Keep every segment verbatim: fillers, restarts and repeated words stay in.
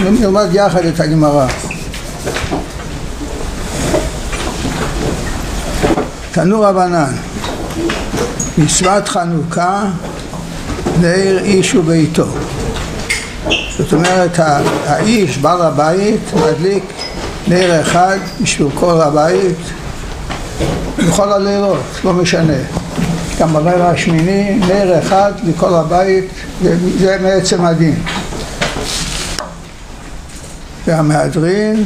נלמד יחד את הגמרא. תנו רבנן, מצוות חנוכה נר איש וביתו. זאת אומרת, האיש, בעל הבית, מדליק נר אחד בשביל כל הבית בכל הלילות, לא משנה. גם בלילה השמיני, נר אחד לכל הבית, זה מעצם הדין. והמהדרין,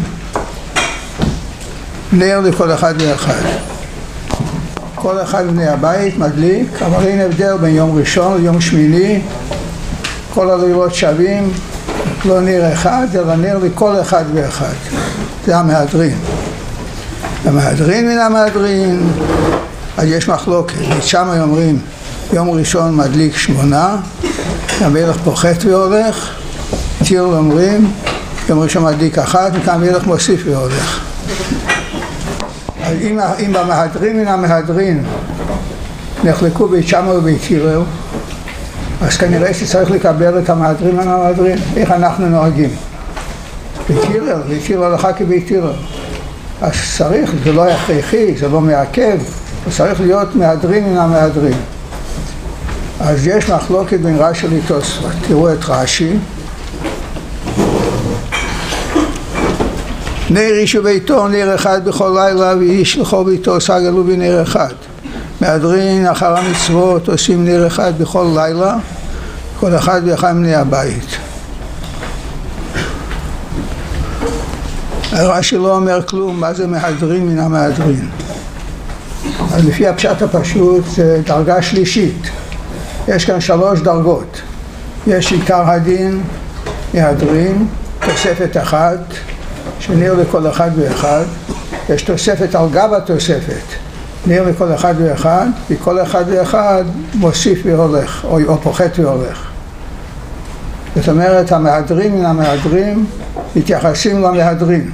נר לכל אחד ואחד. כל אחד מבני הבית מדליק, אבל אין הבדל בין יום ראשון ליום שמיני, כל הלילות שווים, לא נר אחד, אלא נר לכל אחד ואחד. זה המהדרין. המהדרין מן המהדרין, אז יש מחלוקת. שם אומרים, יום ראשון מדליק שמונה, המלך פוחת והולך, תיר אומרים, יום ראשון מדליק אחת, וכאן המלך מוסיף והולך. אז אם, אם במהדרין מן המהדרין נחלקו בית שמא ובית הלל, אז כנראה שצריך לקבל את המהדרין מן המהדרין. איך אנחנו נוהגים? בית הלל, בית הלל הלכה כבית הלל. אז צריך, זה לא הכרחי, זה לא מעכב, צריך להיות מהדרין מן המהדרין. אז יש מחלוקת בין רש"י לתוספות. תראו את רש"י. נר איש וביתו, נר אחד בכל לילה, ואיש לכל ביתו סגלו בנר אחד. מהדרין אחר המצוות עושים נר אחד בכל לילה, כל אחד ואחד מבני הבית. רש"י לא אומר כלום, מה זה מהדרין מן המהדרין. אז לפי הפשט הפשוט זה דרגה שלישית. יש כאן שלוש דרגות. יש עיקר הדין, מהדרין, תוספת אחת, שנר לכל אחד ואחד. יש תוספת על גב התוספת, נר לכל אחד ואחד, וכל אחד ואחד מוסיף והולך, או, או פוחת והולך. זאת אומרת, המהדרין מן המהדרין מתייחסים למהדרין.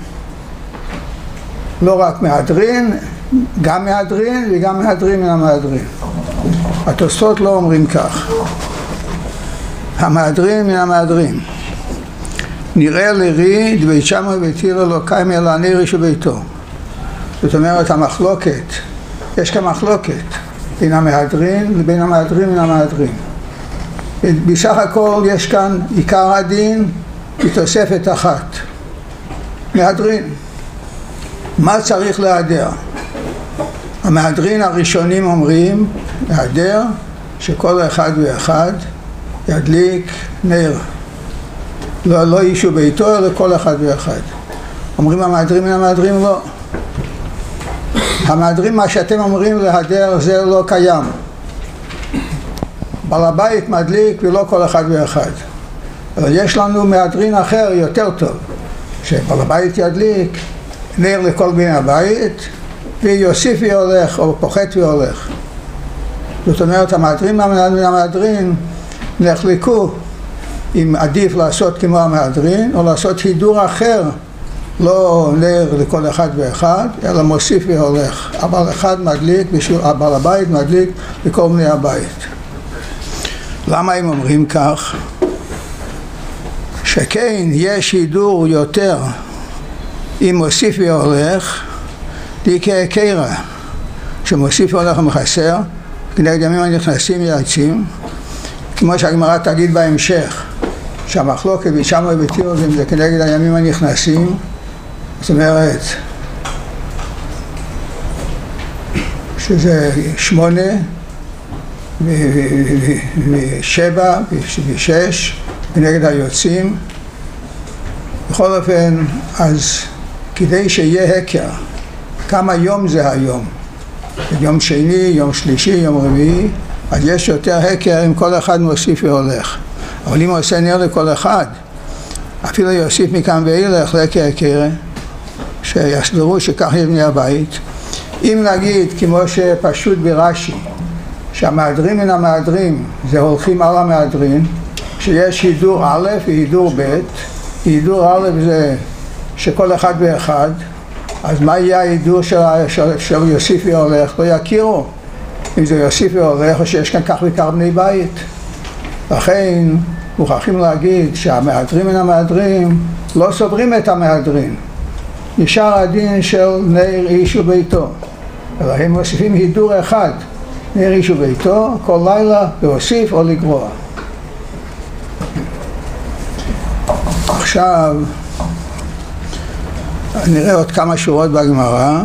לא רק מהדרין, גם מהדרין וגם מהדרין מן המהדרין. התוספות לא אומרים כך. המהדרין מן המהדרין. נראה לרי דבית שמא ובית הלל לא קיים אלא נר איש וביתו. זאת אומרת, המחלוקת, יש כאן מחלוקת בין המהדרין לבין המהדרין מן המהדרין. בסך הכל יש כאן עיקר הדין בתוספת אחת. מהדרין. מה צריך להדר? המהדרין הראשונים אומרים להדר שכל אחד ואחד ידליק נר. לא, לא איש וביתו, אלא כל אחד ואחד. אומרים המהדרין מן המהדרין לא. המהדרין, מה שאתם אומרים להדר, זה לא קיים. בעל הבית מדליק ולא כל אחד ואחד. אבל יש לנו מהדרין אחר יותר טוב, שבעל הבית ידליק נר לכל בני הבית, ויוסיף והולך, או פוחת והולך. זאת אומרת, המהדרין מן המהדרין נחלקו אם עדיף לעשות כמו המהדרין, או לעשות הידור אחר, לא נר לכל אחד ואחד, אלא מוסיף והולך. אבל אחד מדליק, בעל הבית מדליק לכל בני הבית. למה הם אומרים כך? שכן יש הידור יותר אם מוסיף והולך, דיקה קרע, שמוסיף והולך ומחסר, כנגד ימים הנכנסים יעצים, כמו שהגמרא תגיד בהמשך, שהמחלוקת בית שמא ובית הלל זה כנגד הימים הנכנסים, זאת אומרת שזה שמונה ושבע ושש כנגד היוצאים. בכל אופן, אז כדי שיהיה הכר כמה יום זה היום, יום שני, יום שלישי, יום רביעי, אז יש יותר הכר אם כל אחד מוסיף והולך. אבל אם הוא עושה נר לכל אחד, אפילו יוסיף מכאן ואילך להכר הכר, שיסדרו שכך יבנה הבית. אם נגיד, כמו שפשוט ברש"י, שהמהדרין מן המהדרין זה הולכים על המהדרין, שיש הידור א' והידור ב', הידור א' זה שכל אחד ואחד, אז מה יהיה ההידור של, של, של יוסיף והולך? לא יכירו אם זה יוסיף והולך או שיש כאן כך וכך בני בית. לכן מוכרחים להגיד שהמהדרין מן המהדרין לא סוברים את המהדרין. נשאר הדין של נר איש וביתו, אלא הם מוסיפים הידור אחד, נר איש וביתו, כל לילה להוסיף או לגרוע. עכשיו נראה עוד כמה שורות בגמרא.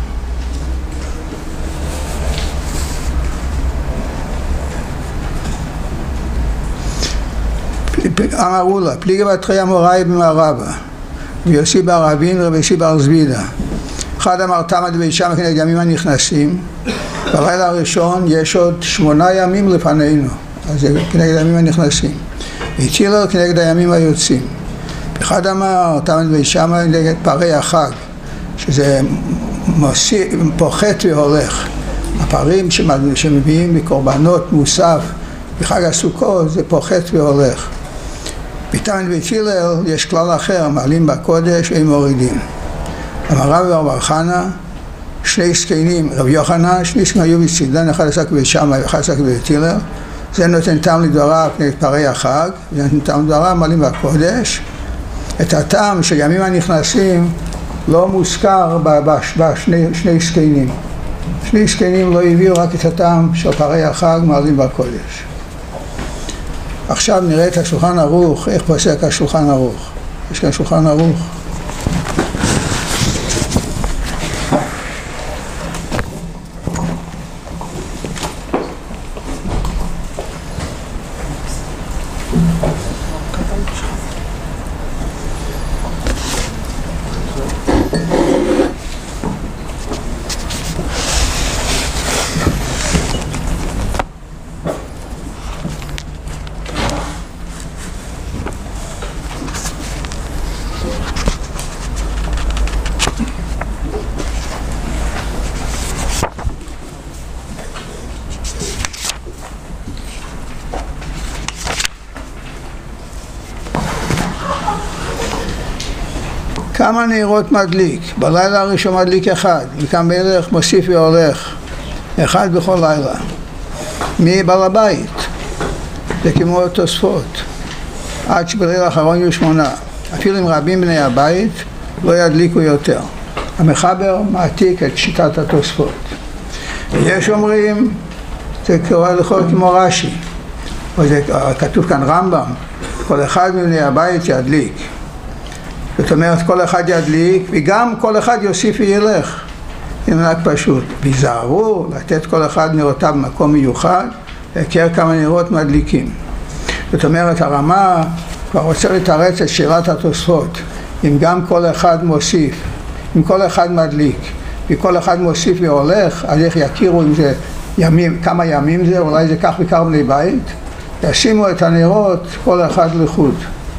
אמרו לה, פליגי בתחייה מוראי במערבה, ויוסי בר רבין רבי יוסי בר זבידה. אחד אמר תמא דבי שמא כנגד ימים הנכנסים, בלילה הראשון יש עוד שמונה ימים לפנינו, אז זה כנגד הימים הנכנסים. והטילה כנגד הימים היוצאים. אחד אמר תמא דבי שמא כנגד פרי החג, שזה מוסיף, פוחת והולך. הפרים שמביאים בקורבנות מוסף בחג הסוכות זה פוחת והולך. בתמא דבי הלל יש כלל אחר, מעלים בקודש והם מורידים. אמר רבי בר חנא, שני זקנים, רבי יוחנן, שני זקנים היו בצדן, אחד עסק בבית שמאי ואחד עסק בבית הלל. זה נותן טעם לדבריו כנגד פרי החג, זה נותן טעם לדבריו, מעלים בקודש. את הטעם של ימים הנכנסים לא מוזכר בשני זקנים. שני זקנים לא הביאו רק את הטעם של פרי החג, מעלים בקודש. עכשיו נראה את השולחן ערוך, איך פוסק השולחן ערוך. יש כאן שולחן ערוך. כמה נרות מדליק? בלילה הראשון מדליק אחד, וכאן בערך מוסיף והולך, אחד בכל לילה. מי בעל הבית? זה כמו תוספות. עד שבליל האחרון יהיו שמונה. אפילו אם רבים בני הבית לא ידליקו יותר. המחבר מעתיק את שיטת התוספות. יש אומרים, זה קורה לכל כמו רש"י, או זה כתוב כאן רמב"ם, כל אחד מבני הבית ידליק. זאת אומרת, כל אחד ידליק, וגם כל אחד יוסיף וילך. זה מנהג פשוט. ויזהרו לתת כל אחד נרותיו במקום מיוחד, להכיר כמה נרות מדליקים. זאת אומרת, הרמה כבר רוצה לתרץ את שאלת התוספות. אם גם כל אחד מוסיף, אם כל אחד מדליק, וכל אחד מוסיף והולך, אז איך יכירו אם זה ימים, כמה ימים זה, אולי זה כך וכך בני בית, ישימו את הנרות כל אחד לחוד.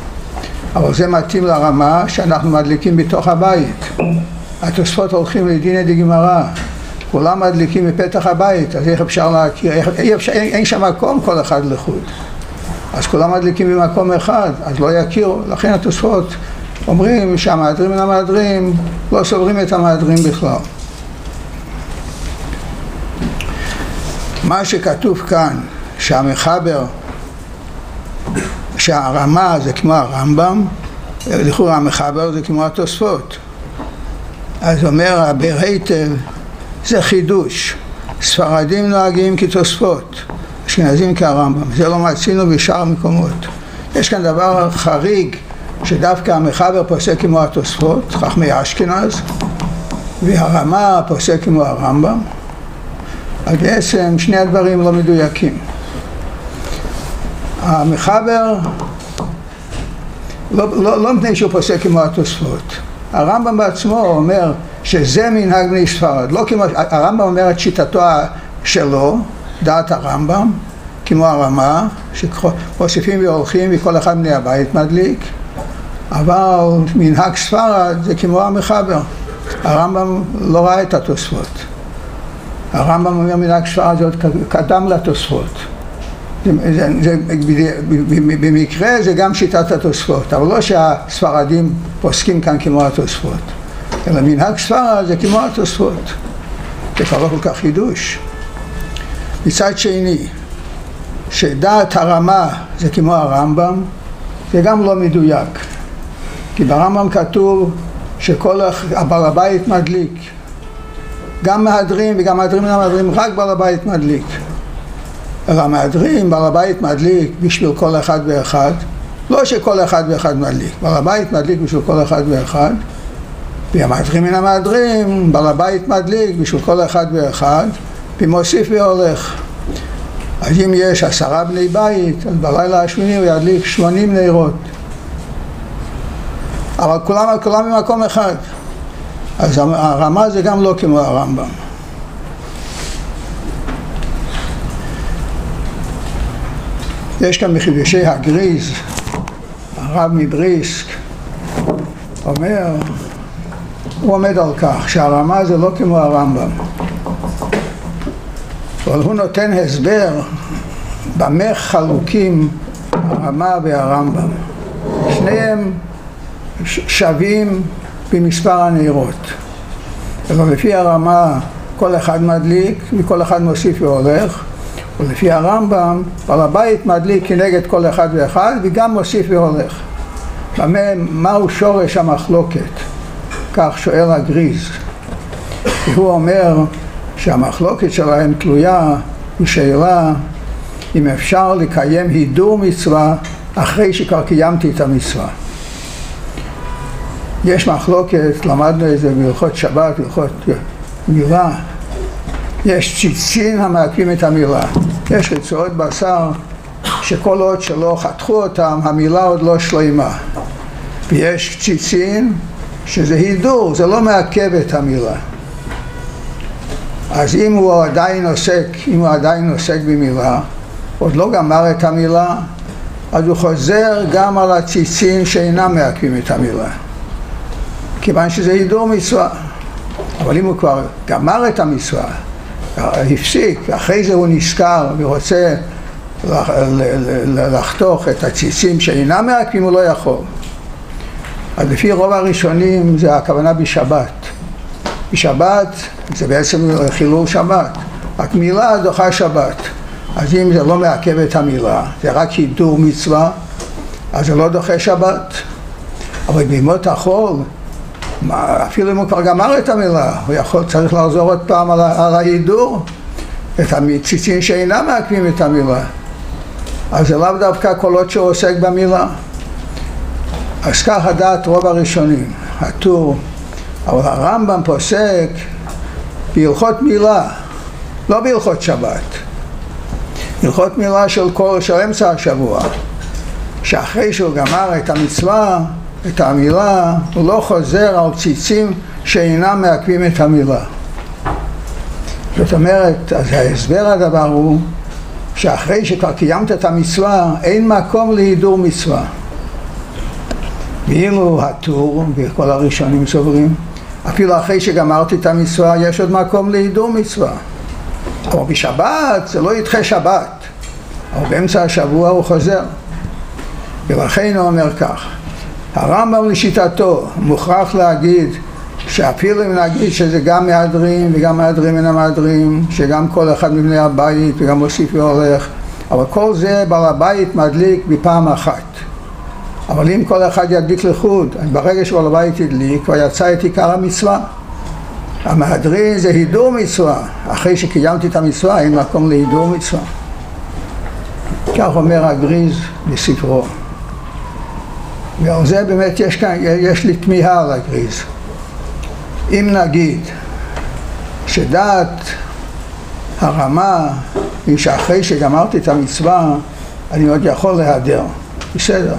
אבל זה מתאים לרמה שאנחנו מדליקים בתוך הבית. התוספות הולכים לדיני דגמרא, כולם מדליקים בפתח הבית, אז איך אפשר להכיר, איך, אפשר, אין, אין שם מקום כל אחד לחוד. אז כולם מדליקים במקום אחד, אז לא יכירו. לכן התוספות אומרים שהמהדרין מן המהדרין לא סוברים את המהדרין בכלל. מה שכתוב כאן, שהמחבר, שהרמה זה כמו הרמב"ם, לכאורה המחבר זה כמו התוספות. אז אומר הבר היטב, זה חידוש. ספרדים נוהגים כתוספות, אשכנזים כהרמב"ם. זה לא מצינו בשאר המקומות. יש כאן דבר חריג, שדווקא המחבר פוסק כמו התוספות, חכמי אשכנז, והרמה פוסק כמו הרמב"ם. אז בעצם שני הדברים לא מדויקים. המחבר לא, לא, לא מפני שהוא פוסק כמו התוספות. הרמב"ם בעצמו אומר שזה מנהג בני ספרד. לא כמו, הרמב"ם אומר את שיטתו שלו, דעת הרמב"ם, כמו הרמה, שמוסיפים והולכים וכל אחד בני הבית מדליק, אבל מנהג ספרד זה כמו המחבר. הרמב"ם לא ראה את התוספות. הרמב"ם אומר מנהג ספרד זה עוד קדם לתוספות. זה, זה, זה, במקרה זה גם שיטת התוספות, אבל לא שהספרדים פוסקים כאן כמו התוספות, אלא מנהג ספרד זה כמו התוספות. זה כבר לא כל כך חידוש. מצד שני, שדעת הרמה זה כמו הרמב"ם, זה גם לא מדויק. כי ברמב"ם כתוב שכל הבעל הבית מדליק. גם מהדרים וגם מהדרים מן המהדרים, רק בעל הבית מדליק. אלא מהדרים, בעל הבית מדליק בשביל כל אחד ואחד. לא שכל אחד ואחד מדליק. בעל הבית מדליק בשביל כל אחד ואחד. והמהדרים מן המהדרים, בעל הבית מדליק בשביל כל אחד ואחד. ומוסיף והולך. אז אם יש עשרה בני בית, אז בלילה השמיני הוא ידליק שמונים נרות. אבל כולם, כולם ממקום אחד. אז הרמה זה גם לא כמו הרמב"ם. יש כאן מחידושי הגריז, הרב מבריסק, אומר, הוא עומד על כך שהרמה זה לא כמו הרמב"ם. אבל הוא נותן הסבר במה חלוקים הרמה והרמב"ם. שניהם שווים במספר הנרות. אבל לפי הרמה כל אחד מדליק וכל אחד מוסיף והולך, ולפי הרמב"ם בעל הבית מדליק כנגד כל אחד ואחד וגם מוסיף והולך. במה, מהו שורש המחלוקת? כך שואל הגריז. הוא אומר שהמחלוקת שלהם תלויה בשאלה אם אפשר לקיים הידור מצווה אחרי שכבר קיימתי את המצווה. יש מחלוקת, למדנו את זה בהלכות שבת, בהלכות מילה. יש ציצין המעכבים את המילה. יש רצועות בשר שכל עוד שלא חתכו אותם, המילה עוד לא שלמה. ויש ציצין שזה הידור, זה לא מעכב את המילה. אז אם הוא עדיין עוסק, אם הוא עדיין עוסק במילה, עוד לא גמר את המילה, אז הוא חוזר גם על הציצין שאינם מעכבים את המילה. כיוון שזה הידור מצווה. אבל אם הוא כבר גמר את המצווה, הפסיק, אחרי זה הוא נזכר ורוצה לחתוך את הציצים שאינם מעכבים, הוא לא יכול. אז לפי רוב הראשונים זה הכוונה בשבת. בשבת זה בעצם חילול שבת. רק מילה דוחה שבת. אז אם זה לא מעכב את המילה, זה רק הידור מצווה, אז זה לא דוחה שבת. אבל בימות החול, אפילו אם הוא כבר גמר את המילה, הוא יכול, צריך לחזור עוד פעם על, על ההידור, את הציצים שאינם מעכבים את המילה. אז זה לאו דווקא קולות שהוא עוסק במילה. אז כך הדעת רוב הראשונים, הטור, אבל הרמב"ם פוסק בהלכות מילה, לא בהלכות שבת. הלכות מילה של כל, של אמצע השבוע, שאחרי שהוא גמר את המצווה, את המילה, הוא לא חוזר על ציצים שאינם מעכבים את המילה. זאת אומרת, אז ההסבר הדבר הוא שאחרי שכבר קיימת את המצווה, אין מקום להידור מצווה. ואילו הטור, וכל הראשונים סוברים, אפילו אחרי שגמרתי את המצווה, יש עוד מקום להידור מצווה. אבל בשבת זה לא ידחה שבת, אבל באמצע השבוע הוא חוזר. ולכן הוא אומר כך, הרמב"ם לשיטתו מוכרח להגיד שאפילו אם נגיד שזה גם מהדרים וגם מהדרים מן המהדרים, שגם כל אחד מבני הבית וגם מוסיף והולך, אבל כל זה בעל הבית מדליק בפעם אחת. אבל אם כל אחד ידליק לחוד, ברגע שבעל הבית ידליק, כבר יצא את עיקר המצווה. המהדרים זה הידור מצווה, אחרי שקיימתי את המצווה אין מקום להידור מצווה. כך אומר הגריז בספרו. ועל זה באמת יש, כאן, יש לי תמיהה על הגריז. אם נגיד שדעת הרמה היא שאחרי שגמרתי את המצווה אני עוד יכול להיעדר, בסדר.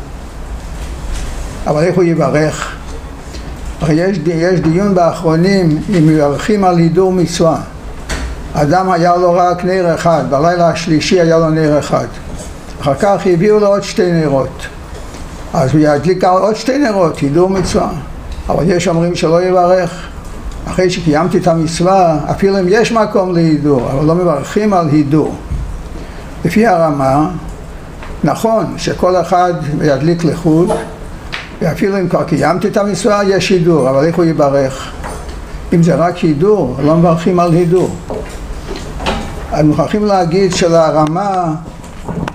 אבל איך הוא יברך? יש, יש דיון באחרונים אם יברכים על הידור מצווה. אדם היה לו רק נר אחד, בלילה השלישי היה לו נר אחד. אחר כך הביאו לו עוד שתי נרות. אז הוא ידליק עוד שתי נרות, הידור מצווה. אבל יש אומרים שלא יברך. אחרי שקיימתי את המצווה, אפילו אם יש מקום להידור, אבל לא מברכים על הידור. לפי הרמה, נכון שכל אחד ידליק לחוד, ואפילו אם כבר קיימתי את המצווה, יש הידור, אבל איך הוא יברך? אם זה רק הידור, לא מברכים על הידור. אז מוכרחים להגיד שלרמה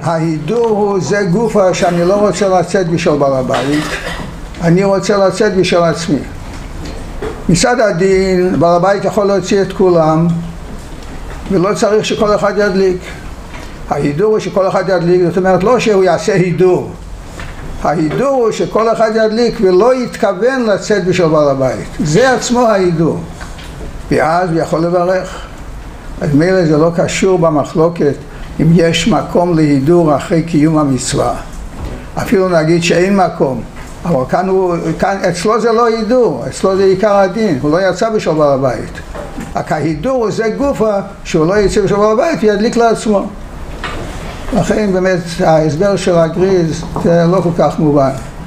ההידור הוא זה גופה שאני לא רוצה לצאת בשביל בעל הבית, אני רוצה לצאת בשביל עצמי. מצד הדין, בעל הבית יכול להוציא את כולם, ולא צריך שכל אחד ידליק. ההידור הוא שכל אחד ידליק, זאת אומרת לא שהוא יעשה הידור. ההידור הוא שכל אחד ידליק ולא יתכוון לצאת בשביל בעל הבית. זה עצמו ההידור. ואז הוא יכול לברך. אז מילא זה לא קשור במחלוקת אם יש מקום להידור אחרי קיום המצווה. אפילו נגיד שאין מקום. אבל כאן הוא, כאן, אצלו זה לא הידור, אצלו זה עיקר הדין, הוא לא יצא בשביל בעל הבית. רק ההידור זה גופה שהוא לא יצא בשביל בעל הבית וידליק לעצמו. לכן באמת ההסבר של הגריז זה לא כל כך מובן.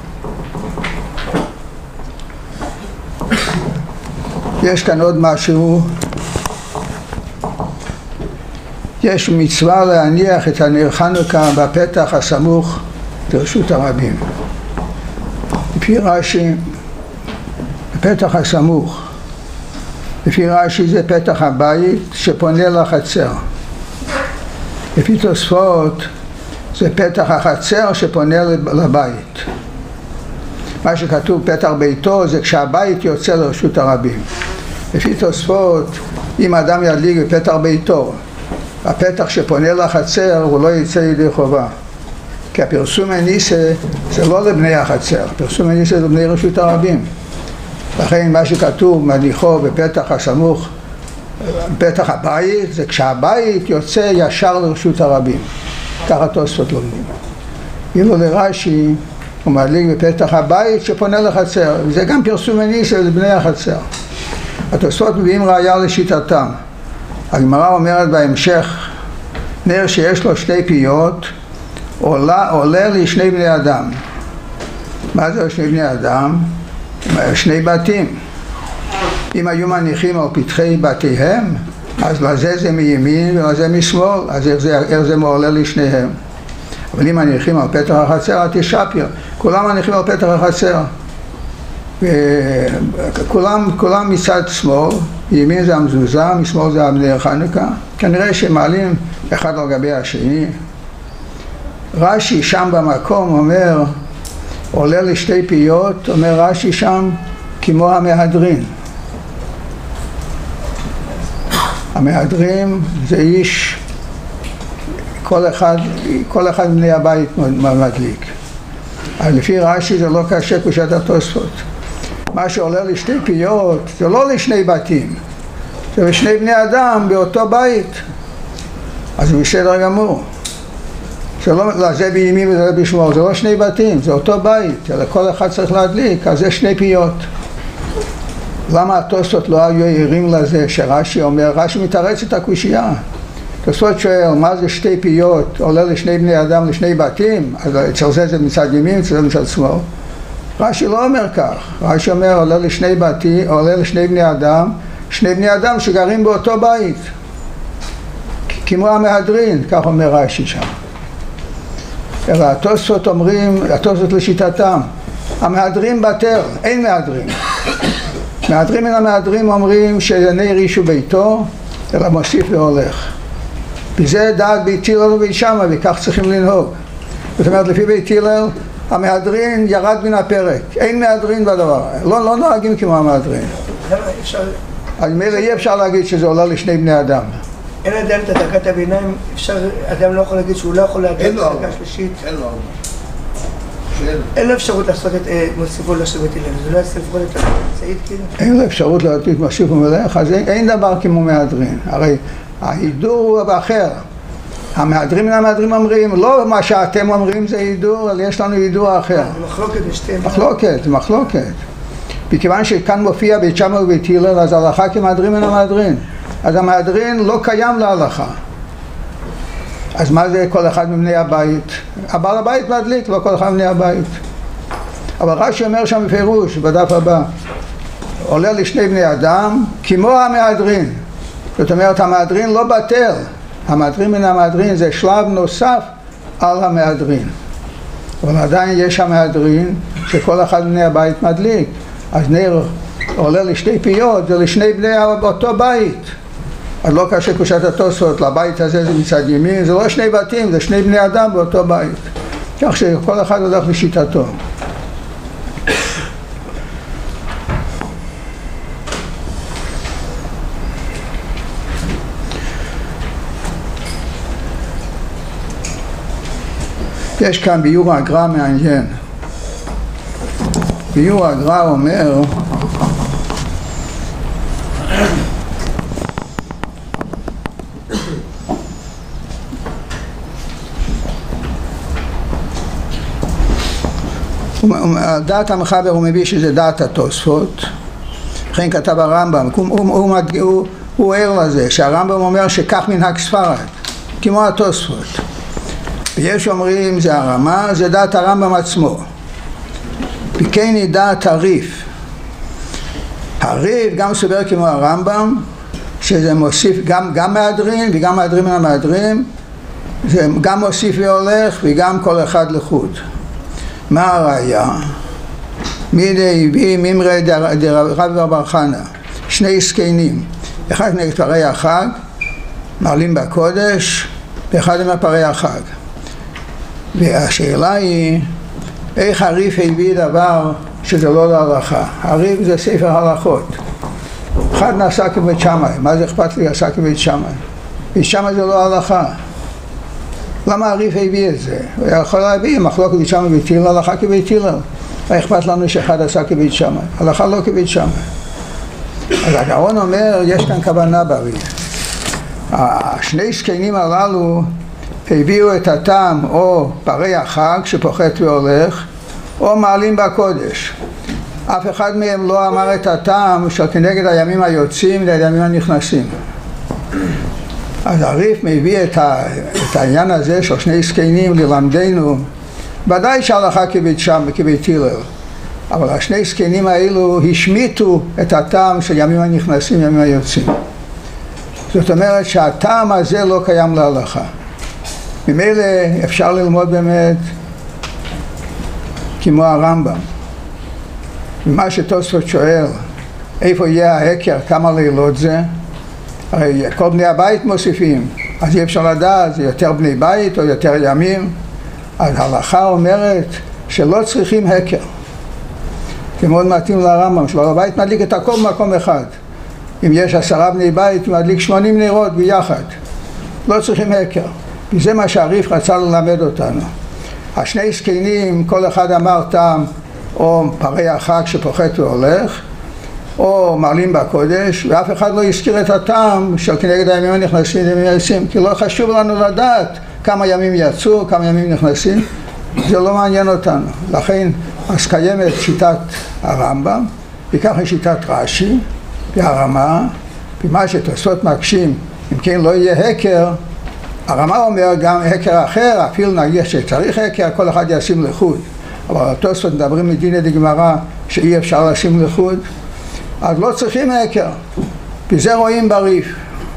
יש כאן עוד משהו. יש מצווה להניח את הנר חנוכה בפתח הסמוך לרשות הרבים. לפי רש"י, בפתח הסמוך, לפי רש"י זה פתח הבית שפונה לחצר. לפי תוספות זה פתח החצר שפונה לבית. מה שכתוב פתח ביתו זה כשהבית יוצא לרשות הרבים. לפי תוספות, אם אדם ידליק בפתח ביתו, הפתח שפונה לחצר הוא לא יצא ידי חובה. כי הפרסום הניסה זה לא לבני החצר, הפרסום הניסה זה לבני רשות הרבים. לכן מה שכתוב מניחו בפתח הסמוך, פתח הבית, זה כשהבית יוצא ישר לרשות הרבים. ככה תוספות לומדים. אילו לרש"י הוא מדליק בפתח הבית שפונה לחצר, זה גם פרסום הניסה לבני החצר. התוספות מביאים ראיה לשיטתם. הגמרא אומרת בהמשך, נר שיש לו שתי פיות עולה, עולה לשני בני אדם. מה זה שני בני אדם? שני בתים. אם היו מניחים על פתחי בתיהם, אז לזה זה מימין ולזה משמאל, אז איך זה, איך זה מעולה לשניהם. אבל אם מניחים על פתח החצר, אז תשפיר. כולם מניחים על פתח החצר. וכולם, כולם מצד שמאל, ימין זה המזוזה, משמאל זה נר חנוכה. כנראה שמעלים אחד על גבי השני. רש"י שם במקום אומר, עולה לשתי פיות, אומר רש"י שם כמו המהדרין. המהדרין זה איש, כל אחד, כל אחד מבני הבית מדליק. אבל לפי רש"י זה לא קשה פשט התוספות. מה שעולה לשתי פיות זה לא לשני בתים, זה לשני בני אדם באותו בית. אז זה בסדר גמור. זה לא, זה בימין וזה בשמאל, זה לא שני בתים, זה אותו בית, אלא כל אחד צריך להדליק, אז זה שני פיות. למה התוספות לא היו ערים לזה שרש"י אומר, רש"י מתרץ את הקושייה. התוספות שואל, מה זה שתי פיות, עולה לשני בני אדם לשני בתים, אז אצל זה זה מצד ימין, אצל זה מצד שמאל. רש"י לא אומר כך, רש"י אומר, עולה לשני בתים, עולה לשני בני אדם, שני בני אדם שגרים באותו בית. כמו המהדרין, כך אומר רש"י שם. אלא התוספות אומרים, התוספות לשיטתם, המהדרין בטל, אין מהדרין. מהדרין מן המהדרין אומרים שנר איש וביתו, אלא מוסיף והולך. בזה דעת בית הלל ובית שמאי, וכך צריכים לנהוג. זאת אומרת, לפי בית הלל, המהדרין ירד מן הפרק, אין מהדרין בדבר, לא, לא נוהגים כמו המהדרין. למה אפשר... אז מילא אי אפשר להגיד שזה עולה לשני בני אדם. אין עדיין את הדקת הביניים, אפשר, אדם לא יכול להגיד שהוא לא יכול להגיד את הדקה השלישית. אין לו. אין לו אפשרות לעשות את מוסיפו לשבת אלינו, זה לא יעשה לפחות את הצעית כאילו? אין לו אפשרות להגיד מוסיפו מלך, אז אין דבר כמו מהדרין. הרי ההידור הוא אחר. המהדרים מן המהדרים אומרים, לא מה שאתם אומרים זה הידור, אבל יש לנו הידור אחר. זה מחלוקת בשתיהם. מחלוקת, זה מחלוקת. מכיוון שכאן מופיע בית שמאי ובית הלל, אז ההלכה כמהדרים מן המהדרין. אז המהדרין לא קיים להלכה. אז מה זה כל אחד מבני הבית? הבעל הבית מדליק, לא כל אחד מבני הבית. אבל רש"י אומר שם בפירוש, בדף הבא, עולה לשני בני אדם, כמו המהדרין. זאת אומרת, המהדרין לא בטל. המהדרין מן המהדרין זה שלב נוסף על המהדרין. אבל עדיין יש המהדרין שכל אחד מבני הבית מדליק. אז נר עולה לשתי פיות, זה לשני בני אותו בית. אז לא קשה קושת התוספות, לבית הזה זה מצד ימין, זה לא שני בתים, זה שני בני אדם באותו בית. כך שכל אחד הולך לשיטתו. יש כאן ביור הגר"א מעניין. ביור הגר"א אומר דעת המחבר הוא מביא שזה דעת התוספות, לכן כתב הרמב"ם, הוא, הוא, הוא, הוא, הוא ער לזה שהרמב"ם אומר שכך מנהג ספרד כמו התוספות, ויש אומרים זה הרמה, זה דעת הרמב"ם עצמו. וכן היא דעת הריף. הריף גם סובר כמו הרמב"ם, שזה מוסיף גם, גם מהדרין וגם מהדרין מן המהדרין, זה גם מוסיף והולך וגם כל אחד לחוד. מה הראיה? מידי הביא מימרי דרבי בר חנא, שני זקנים, אחד נגד פרי החג, מעלים בקודש, ואחד עם פרי החג. והשאלה היא, איך הריף הביא דבר שזה לא להלכה? הריף זה ספר הלכות. אחד נעשה כבית שמאי, מה זה אכפת לי עשה כבית שמאי? בית שמאי זה לא הלכה. למה הריף הביא את זה? הוא יכול להביא מחלוקת בית שמאי ובית הלל, הלכה כבית הלל. מה אכפת לנו שאחד עשה כבית שמאי? הלכה לא כבית שמאי. אז הגאון אומר, יש כאן כוונה בריף. השני זקנים הללו הביאו את הטעם או פרי החג שפוחת והולך, או מעלים בקודש. אף אחד מהם לא אמר את הטעם של כנגד הימים היוצאים לימים הנכנסים. אז הריף מביא את, ה, את העניין הזה של שני זקנים ללמדנו, ודאי שהלכה כבית שם וכבית הלל, אבל השני זקנים האלו השמיטו את הטעם של ימים הנכנסים ימים היוצאים. זאת אומרת שהטעם הזה לא קיים להלכה. ממילא אפשר ללמוד באמת כמו הרמב"ם. ומה שתוספות שואל, איפה יהיה ההקר, כמה לילות זה? הרי כל בני הבית מוסיפים, אז אי אפשר לדעת, זה יותר בני בית או יותר ימים. אז ההלכה אומרת שלא צריכים הקר. זה מאוד מתאים לרמב"ם, שבעל הבית מדליק את הכל במקום אחד. אם יש עשרה בני בית, הוא מדליק שמונים נרות ביחד. לא צריכים הקר. וזה מה שהריף רצה ללמד אותנו. השני זקנים, כל אחד אמר טעם, או פרי החג שפוחת והולך, או מעלים בקודש, ואף אחד לא הזכיר את הטעם של כנגד הימים הנכנסים וימים היוצאים, כי לא חשוב לנו לדעת כמה ימים יצאו, כמה ימים נכנסים, זה לא מעניין אותנו. לכן, אז קיימת שיטת הרמב"ם, וכך היא שיטת רש"י, והרמה, ומה שתוספות מקשים, אם כן לא יהיה הקר, הרמה אומר גם הקר אחר, אפילו נגיד שצריך הקר, כל אחד ישים לחוד. אבל התוספות מדברים מדיני דגמרא שאי אפשר לשים לחוד, אז לא צריכים הקר, וזה רואים בריף.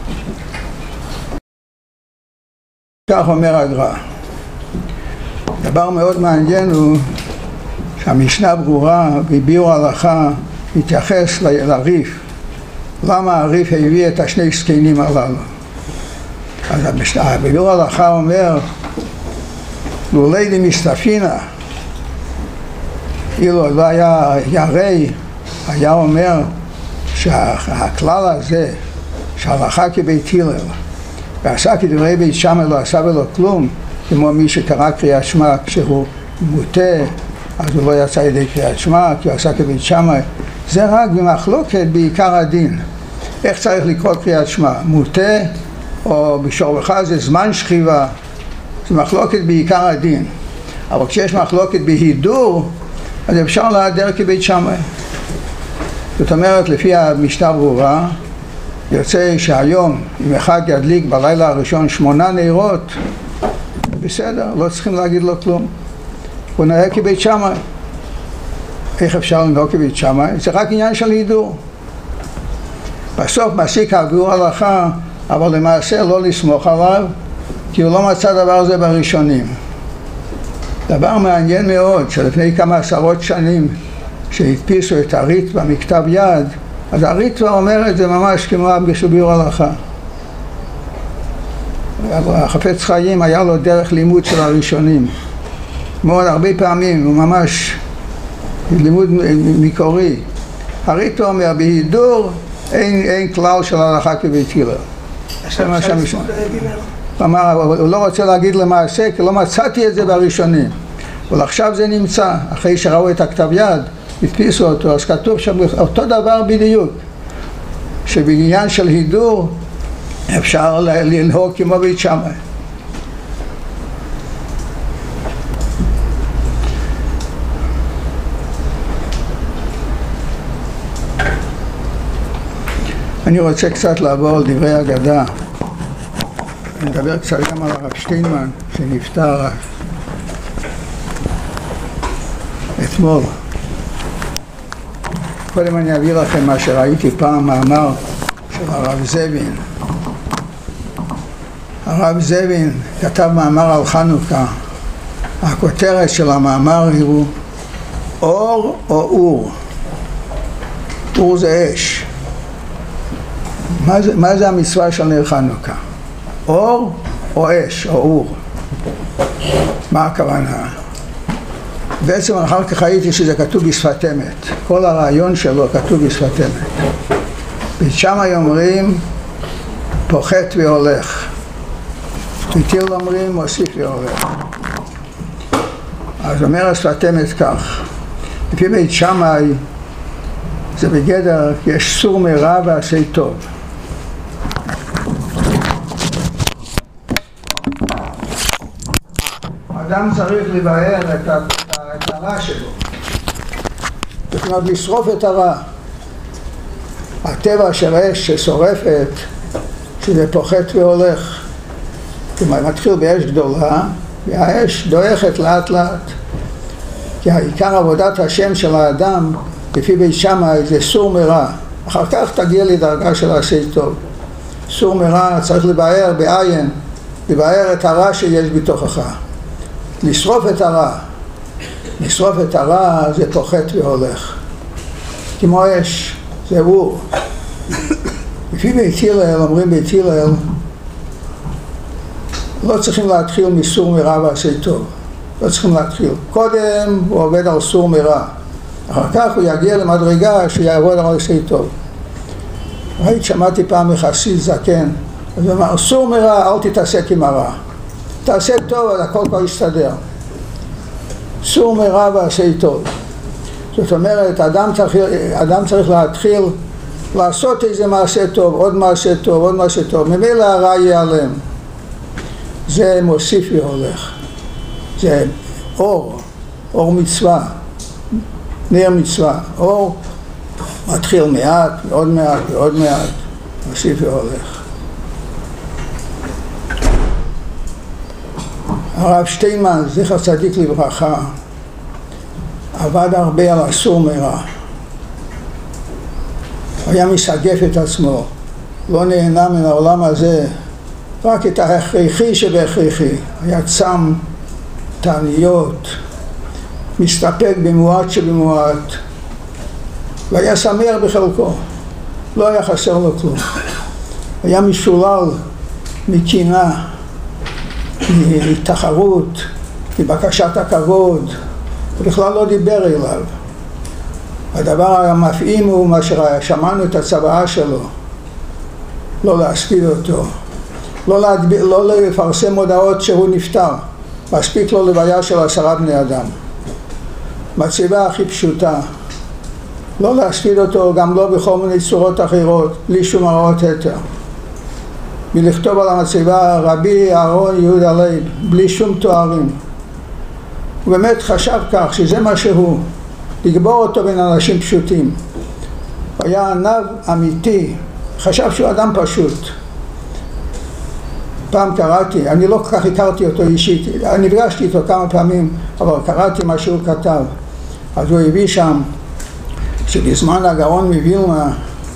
כך אומר הגר"א. דבר מאוד מעניין הוא שהמשנה ברורה בביאור ההלכה מתייחס לריף. למה הריף הביא את השני זקנים הללו? אז בביאור ההלכה אומר, לולי דמסתפינא, אילו לא היה ירי, היה אומר שהכלל הזה, שהלכה כבית הלל, ועשה כדברי בית שמאי לא עשה ולא כלום, כמו מי שקרא קריאת שמע כשהוא מוטה, אז הוא לא יצא ידי קריאת שמע, כי הוא עשה כבית שמאי. זה רק במחלוקת בעיקר הדין. איך צריך לקרוא קריאת שמע? מוטה, או בשורבך זה זמן שכיבה, זה מחלוקת בעיקר הדין. אבל כשיש מחלוקת בהידור, אז אפשר להיעדר כבית שמאי. זאת אומרת, לפי המשנה ברורה, יוצא שהיום, אם אחד ידליק בלילה הראשון שמונה נרות, בסדר, לא צריכים להגיד לו כלום. הוא נראה כבית שמאי. איך אפשר לנהוג כבית שמאי? זה רק עניין של הידור. בסוף מסיק הביאור הלכה, אבל למעשה לא לסמוך עליו, כי הוא לא מצא דבר הזה בראשונים. דבר מעניין מאוד, שלפני כמה עשרות שנים, שהדפיסו את הריטב"א מכתב יד, אז הריטב"א אומר את זה ממש כמו בביאור הלכה. החפץ חיים היה לו דרך לימוד של הראשונים. מאוד הרבה פעמים, הוא ממש לימוד מקורי. הריטו אומר, בהידור אין, אין כלל של הלכה כבית הלל. עכשיו אפשר לסמוך להגיד לך? הוא אמר, הוא לא רוצה להגיד למעשה, כי לא מצאתי את זה בראשונים. אבל עכשיו זה נמצא, אחרי שראו את הכתב יד, הדפיסו אותו, אז כתוב שם אותו דבר בדיוק, שבעניין של הידור אפשר לנהוג כמו בית שמאי. אני רוצה קצת לעבור על דברי אגדה. אני מדבר קצת גם על הרב שטיינמן שנפטר אתמול. קודם אני אביא לכם מה שראיתי פעם מאמר של הרב זבין. הרב זבין כתב מאמר על חנוכה. הכותרת של המאמר היא אור או אור. אור זה אש. מה זה, מה זה המצווה של נר חנוכה? אור או אש או אור? מה הכוונה? בעצם אחר כך ראיתי שזה כתוב בשפת אמת. כל הרעיון שלו כתוב בשפת אמת. בית שמאי אומרים פוחת והולך. בית הלל אומרים מוסיף והולך. אז אומר השפת אמת כך. לפי בית שמאי זה בגדר יש סור מרע ועשה טוב. אדם צריך לבאר את, ה, את הרע שלו. זאת אומרת, לשרוף את הרע. הטבע של אש ששורפת, שזה פוחת והולך. כלומר, מתחיל באש גדולה, והאש דועכת לאט לאט. כי העיקר עבודת השם של האדם, לפי בית שמאי, זה סור מרע. אחר כך תגיע לדרגה של עשה טוב. סור מרע צריך לבאר בעין, לבאר את הרע שיש בתוכך. לשרוף את הרע. לשרוף את הרע זה פוחת והולך. כמו אש, זה אור. לפי בית הלל, אומרים בית הלל, לא צריכים להתחיל מסור מרע ועשה טוב. לא צריכים להתחיל. קודם הוא עובד על סור מרע. אחר כך הוא יגיע למדרגה שיעבוד על עשה טוב. ראית, שמעתי פעם מחסיד זקן, אז הוא אמר, סור מרע, אל תתעסק עם הרע. תעשה טוב, אז הכל כבר יסתדר. סור מרע ועשה טוב. זאת אומרת, אדם צריך, אדם צריך להתחיל לעשות איזה מעשה טוב, עוד מעשה טוב, עוד מעשה טוב. ממילא הרע ייעלם. זה מוסיף והולך. זה אור, אור מצווה, נר מצווה. אור מתחיל מעט, ועוד מעט, ועוד מעט, מוסיף והולך. הרב שטיינמן, זכר צדיק לברכה, עבד הרבה על הסור מרע. היה מסגף את עצמו, לא נהנה מן העולם הזה, רק את ההכרחי שבהכרחי. היה צם, תעניות, מסתפק במועט שבמועט, והיה שמח בחלקו, לא היה חסר לו כלום. היה משולל מקינה, מתחרות, מבקשת הכבוד, ובכלל לא דיבר אליו. הדבר המפעים הוא מה ששמענו את הצוואה שלו, לא להספיד אותו, לא, להדב... לא לפרסם הודעות שהוא נפטר, מספיק לו לוויה של עשרה בני אדם. מצווה הכי פשוטה, לא להספיד אותו גם לא בכל מיני צורות אחרות, בלי שום הרעות התר. מלכתוב על המצווה רבי אהרון יהודה לייב, בלי שום תוארים. הוא באמת חשב כך, שזה מה שהוא, לגבור אותו בין אנשים פשוטים. הוא היה ענב אמיתי, חשב שהוא אדם פשוט. פעם קראתי, אני לא כל כך הכרתי אותו אישית, אני נפגשתי איתו כמה פעמים, אבל קראתי מה שהוא כתב. אז הוא הביא שם, שבזמן הגאון מווילנה,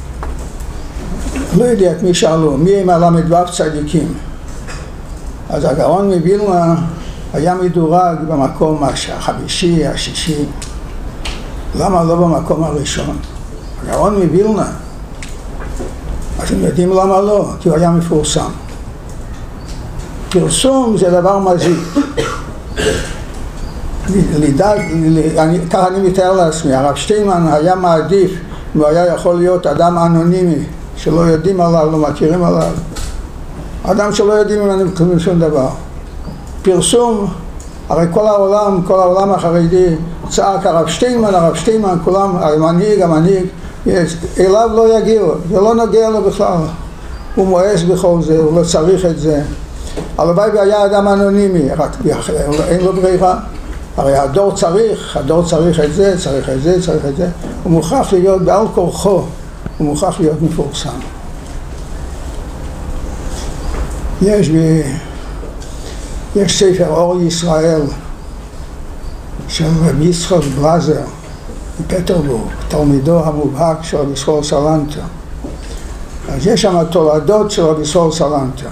לא יודע את מי שאלו, מי הם הל"ו צדיקים. אז הגאון מווילנה היה מדורג במקום החמישי, השישי. למה לא במקום הראשון? הגאון מווילנה. אז הם יודעים למה לא, כי הוא היה מפורסם. פרסום זה דבר מזיק. לדעת, אני, ככה אני מתאר לעצמי, הרב שטיינמן היה מעדיף אם הוא היה יכול להיות אדם אנונימי, שלא יודעים עליו, לא מכירים עליו. אדם שלא יודעים ממנו כלום שום דבר. פרסום, הרי כל העולם, כל העולם החרדי צעק הרב שטיינמן, הרב שטיינמן, כולם, המנהיג, המנהיג, אליו לא יגיעו, זה לא נוגע לו בכלל. הוא מואס בכל זה, הוא לא צריך את זה. הלוואי והיה אדם אנונימי, רק אין לו ברירה. הרי הדור צריך, הדור צריך את זה, צריך את זה, צריך את זה. הוא מוכרח להיות בעל כורחו, הוא מוכרח להיות מפורסם. יש, ב... יש ספר אור ישראל של רבי יצחק בלזר מפטרבורג, תלמידו המובהק של רבי ישראל סלנטר. אז יש שם תולדות של רבי ישראל סלנטר.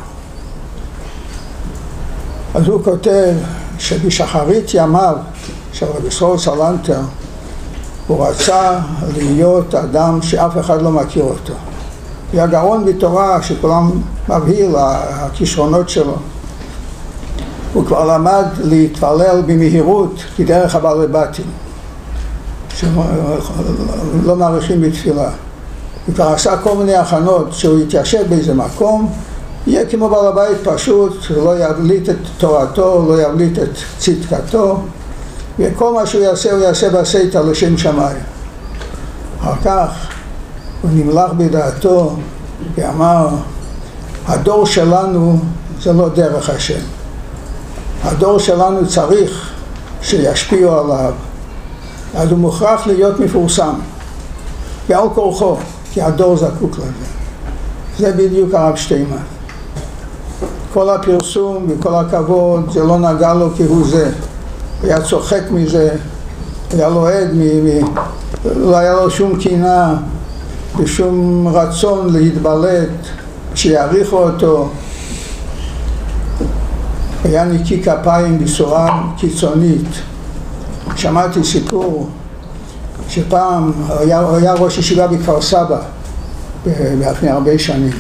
אז הוא כותב שבשחרית ימיו של רבי ישראל סלנטר הוא רצה להיות אדם שאף אחד לא מכיר אותו. היה גאון בתורה שכולם מבהיר לכישרונות שלו. הוא כבר למד להתפלל במהירות כדרך הבעל בתים, שלא מעריכים בתפילה. הוא כבר עשה כל מיני הכנות שהוא יתיישב באיזה מקום, יהיה כמו בעל הבית פשוט, לא יבליט את תורתו, לא יבליט את צדקתו, וכל מה שהוא יעשה, הוא יעשה בסתר לשם שמיים. אחר כך הוא נמלך בדעתו ואמר, הדור שלנו זה לא דרך השם. הדור שלנו צריך שישפיעו עליו, אז הוא מוכרח להיות מפורסם, בעל כורחו, כי הדור זקוק לזה. זה בדיוק הרב שטיינמן. כל הפרסום וכל הכבוד, זה לא נגע לו כהוא זה. הוא היה צוחק מזה, היה לועד, מ- מ- לא היה לו שום קינה ושום רצון להתבלט, שיעריכו אותו. היה ניקי כפיים בצורה קיצונית. שמעתי סיפור שפעם היה, היה ראש ישיבה בכפר סבא לפני הרבה שנים.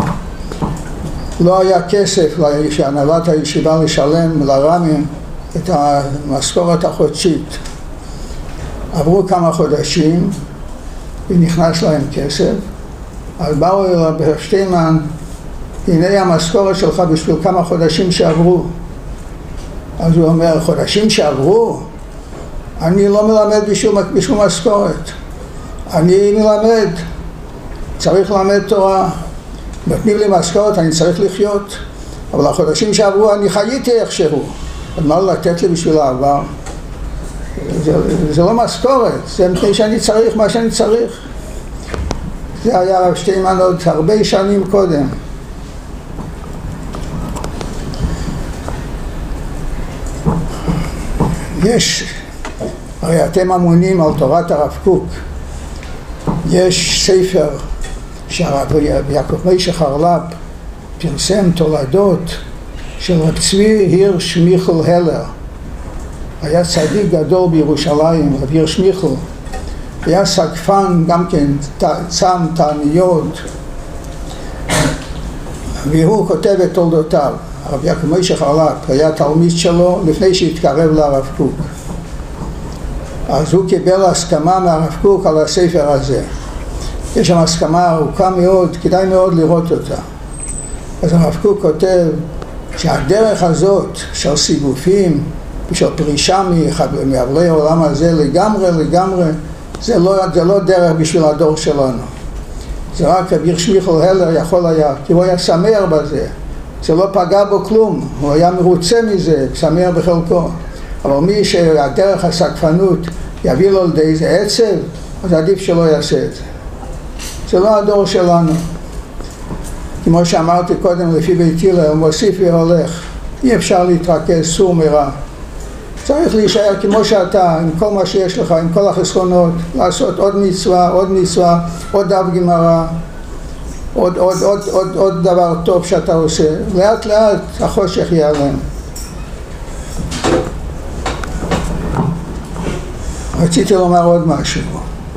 לא היה כסף להנהלת הישיבה לשלם לרמים את המשכורת החודשית. עברו כמה חודשים ונכנס להם כסף, אז באו אל שטיינמן, הנה המשכורת שלך בשביל כמה חודשים שעברו. אז הוא אומר, חודשים שעברו? אני לא מלמד בשביל, בשביל משכורת. אני מלמד, צריך ללמד תורה. נותנים לי משכורת, אני צריך לחיות. אבל החודשים שעברו אני חייתי איכשהו. אז מה לתת לי בשביל העבר? זה, זה לא משכורת, זה מפני שאני צריך מה שאני צריך. זה היה הרב שטיינמן עוד הרבה שנים קודם. יש, הרי אתם אמונים על תורת הרב קוק. יש ספר שהרב יעקב מוישה חרל"פ פרסם תולדות של רב צבי הירש מיכל הלר. היה צדיק גדול בירושלים, רב הירש מיכל. היה סגפן גם כן, צם, תעניות. והוא כותב את תולדותיו. הרב יעקב מוישה חרל"פ היה תלמיד שלו לפני שהתקרב לרב קוק. אז הוא קיבל הסכמה מהרב קוק על הספר הזה. יש שם הסכמה ארוכה מאוד, כדאי מאוד לראות אותה. אז הרב קוק כותב שהדרך הזאת של סיגופים ושל פרישה מעברי העולם הזה לגמרי לגמרי, זה לא, זה לא דרך בשביל הדור שלנו. זה רק רב הירש מיכל הלר יכול היה, כי הוא היה שמח בזה. זה לא פגע בו כלום, הוא היה מרוצה מזה, שמח בחלקו. אבל מי שהדרך הסגפנות יביא לו לידי איזה עצב, אז עדיף שלא יעשה את זה. זה לא הדור שלנו. כמו שאמרתי קודם, לפי בית הלל, הוא מוסיף והולך. אי אפשר להתרכז סור מרע. צריך להישאר כמו שאתה, עם כל מה שיש לך, עם כל החסרונות, לעשות עוד מצווה, עוד מצווה, עוד דף גמרא, עוד, עוד, עוד, עוד, עוד דבר טוב שאתה עושה. לאט לאט החושך ייעלם. רציתי לומר עוד משהו.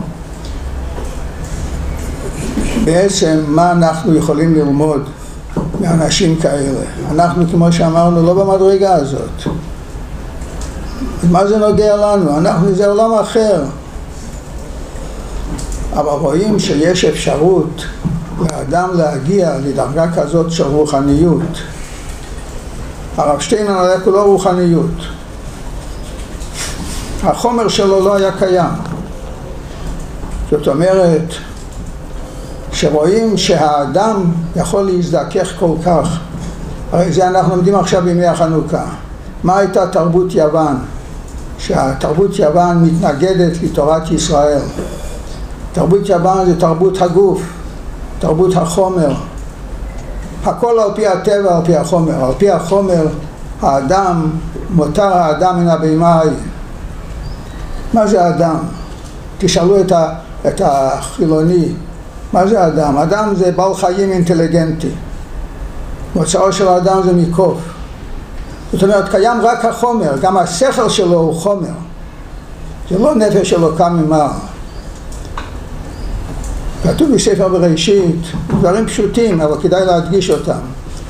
בעצם מה אנחנו יכולים ללמוד מאנשים כאלה. אנחנו, כמו שאמרנו, לא במדרגה הזאת. מה זה נוגע לנו? אנחנו זה עולם אחר. אבל רואים שיש אפשרות לאדם להגיע לדרגה כזאת של רוחניות. הרב שטיינמן היה כולו רוחניות. החומר שלו לא היה קיים. זאת אומרת, שרואים שהאדם יכול להזדכך כל כך. הרי זה אנחנו לומדים עכשיו בימי החנוכה. מה הייתה תרבות יוון? שהתרבות יוון מתנגדת לתורת ישראל. תרבות יוון זה תרבות הגוף, תרבות החומר. הכל על פי הטבע, על פי החומר. על פי החומר, האדם, מותר האדם מן הבהמה ההיא. מה זה אדם? תשאלו את, ה, את החילוני, מה זה אדם? אדם זה בעל חיים אינטליגנטי. מוצאו של האדם זה מקוף. זאת אומרת, קיים רק החומר, גם השכל שלו הוא חומר. זה לא נפש שלו קם ממעל. כתוב בספר בראשית, דברים פשוטים, אבל כדאי להדגיש אותם.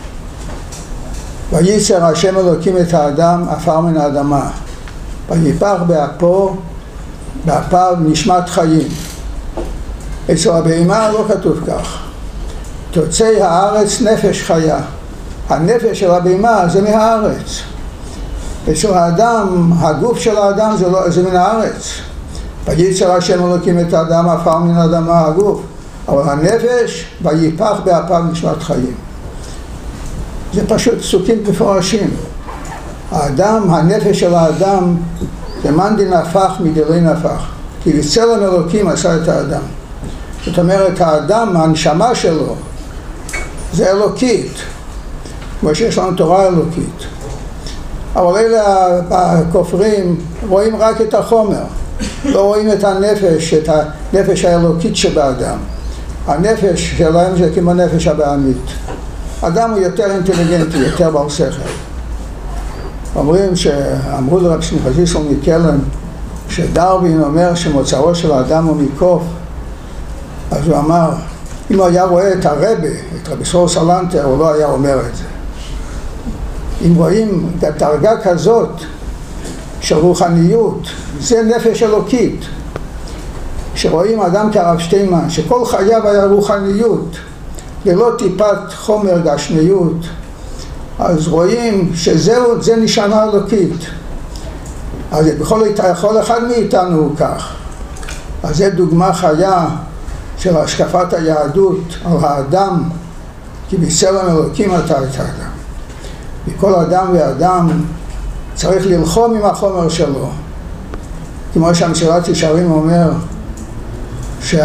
וייצר השם אלוקים את האדם עפר מן האדמה. ויפח באפו, באפיו נשמת חיים. אצל הבהמה לא כתוב כך. תוצאי הארץ נפש חיה. הנפש של הבהמה זה מהארץ. אצל האדם, הגוף של האדם זה, לא, זה מן הארץ. וייצר השם אלוקים את האדם עפר מן האדמה, הגוף. אבל הנפש, ויפח באפיו נשמת חיים. זה פשוט פסוקים מפורשים. האדם, הנפש של האדם, זה מאן דנפח מדלי נפח. כי בצלם אלוקים עשה את האדם. זאת אומרת, האדם, הנשמה שלו, זה אלוקית. כמו שיש לנו תורה אלוקית. אבל אלה הכופרים רואים רק את החומר. לא רואים את הנפש, את הנפש האלוקית שבאדם. הנפש שלהם זה כמו נפש הבהמית. אדם הוא יותר אינטליגנטי, יותר בעל שכל. אומרים שאמרו לרב שמחה זיסל מקלן שדרווין אומר שמוצאו של האדם הוא מקוף. אז הוא אמר, אם הוא היה רואה את הרבי, את רבי סור סלנטר, הוא לא היה אומר את זה. אם רואים דרגה כזאת של רוחניות, זה נפש אלוקית. שרואים אדם כרב שטיינמן, שכל חייו היה רוחניות, ללא טיפת חומר גשמיות, אז רואים שזהו, זה נשמה אלוקית. אז בכל יכול אחד מאיתנו הוא כך. אז זה דוגמה חיה של השקפת היהדות על האדם, כי בצלם אלוקים אתה את האדם. וכל אדם ואדם צריך ללחום עם החומר שלו. כמו שהמסילת ישרים אומר, שכל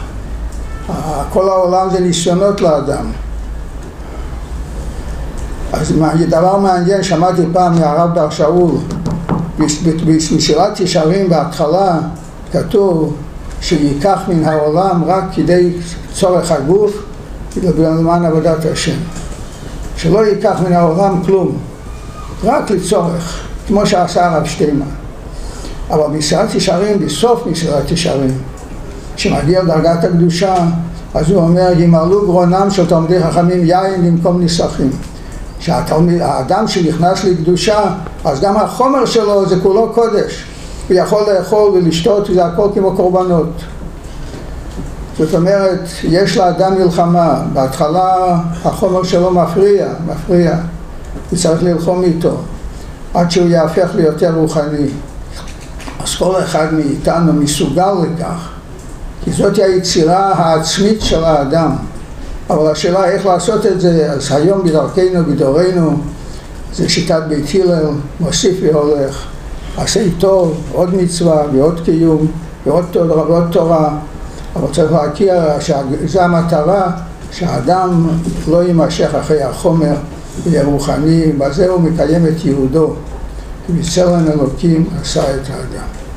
העולם זה ניסיונות לאדם. אז דבר מעניין, שמעתי פעם מהרב בר שאול, במסילת ישרים בהתחלה כתוב שייקח מן העולם רק כדי צורך הגוף, למען עבודת השם. שלא ייקח מן העולם כלום, רק לצורך, כמו שעשה הרב שטיינמן. אבל במסילת ישרים, בסוף מסילת ישרים, כשמגיע דרגת הקדושה, אז הוא אומר, ימלאו גרונם של תלמידי חכמים יין במקום ניסחים. שהאדם שנכנס לקדושה, אז גם החומר שלו זה כולו קודש. הוא יכול לאכול ולשתות, וזה הכל כמו קורבנות. זאת אומרת, יש לאדם מלחמה. בהתחלה החומר שלו מפריע, מפריע. הוא צריך ללחום איתו, עד שהוא יהפך ליותר רוחני. אז כל אחד מאיתנו מסוגל לכך. כי זאת היצירה העצמית של האדם. אבל השאלה איך לעשות את זה, אז היום בדרכנו, בדורנו, זה שיטת בית הלל, מוסיף והולך. עשה טוב, עוד מצווה ועוד קיום, ועוד תורה, ועוד תורה. אבל צריך להכיר שזו המטרה, שהאדם לא יימשך אחרי החומר, יהיה רוחני, בזה הוא מקיים את יהודו. כי בצלם אלוקים עשה את האדם.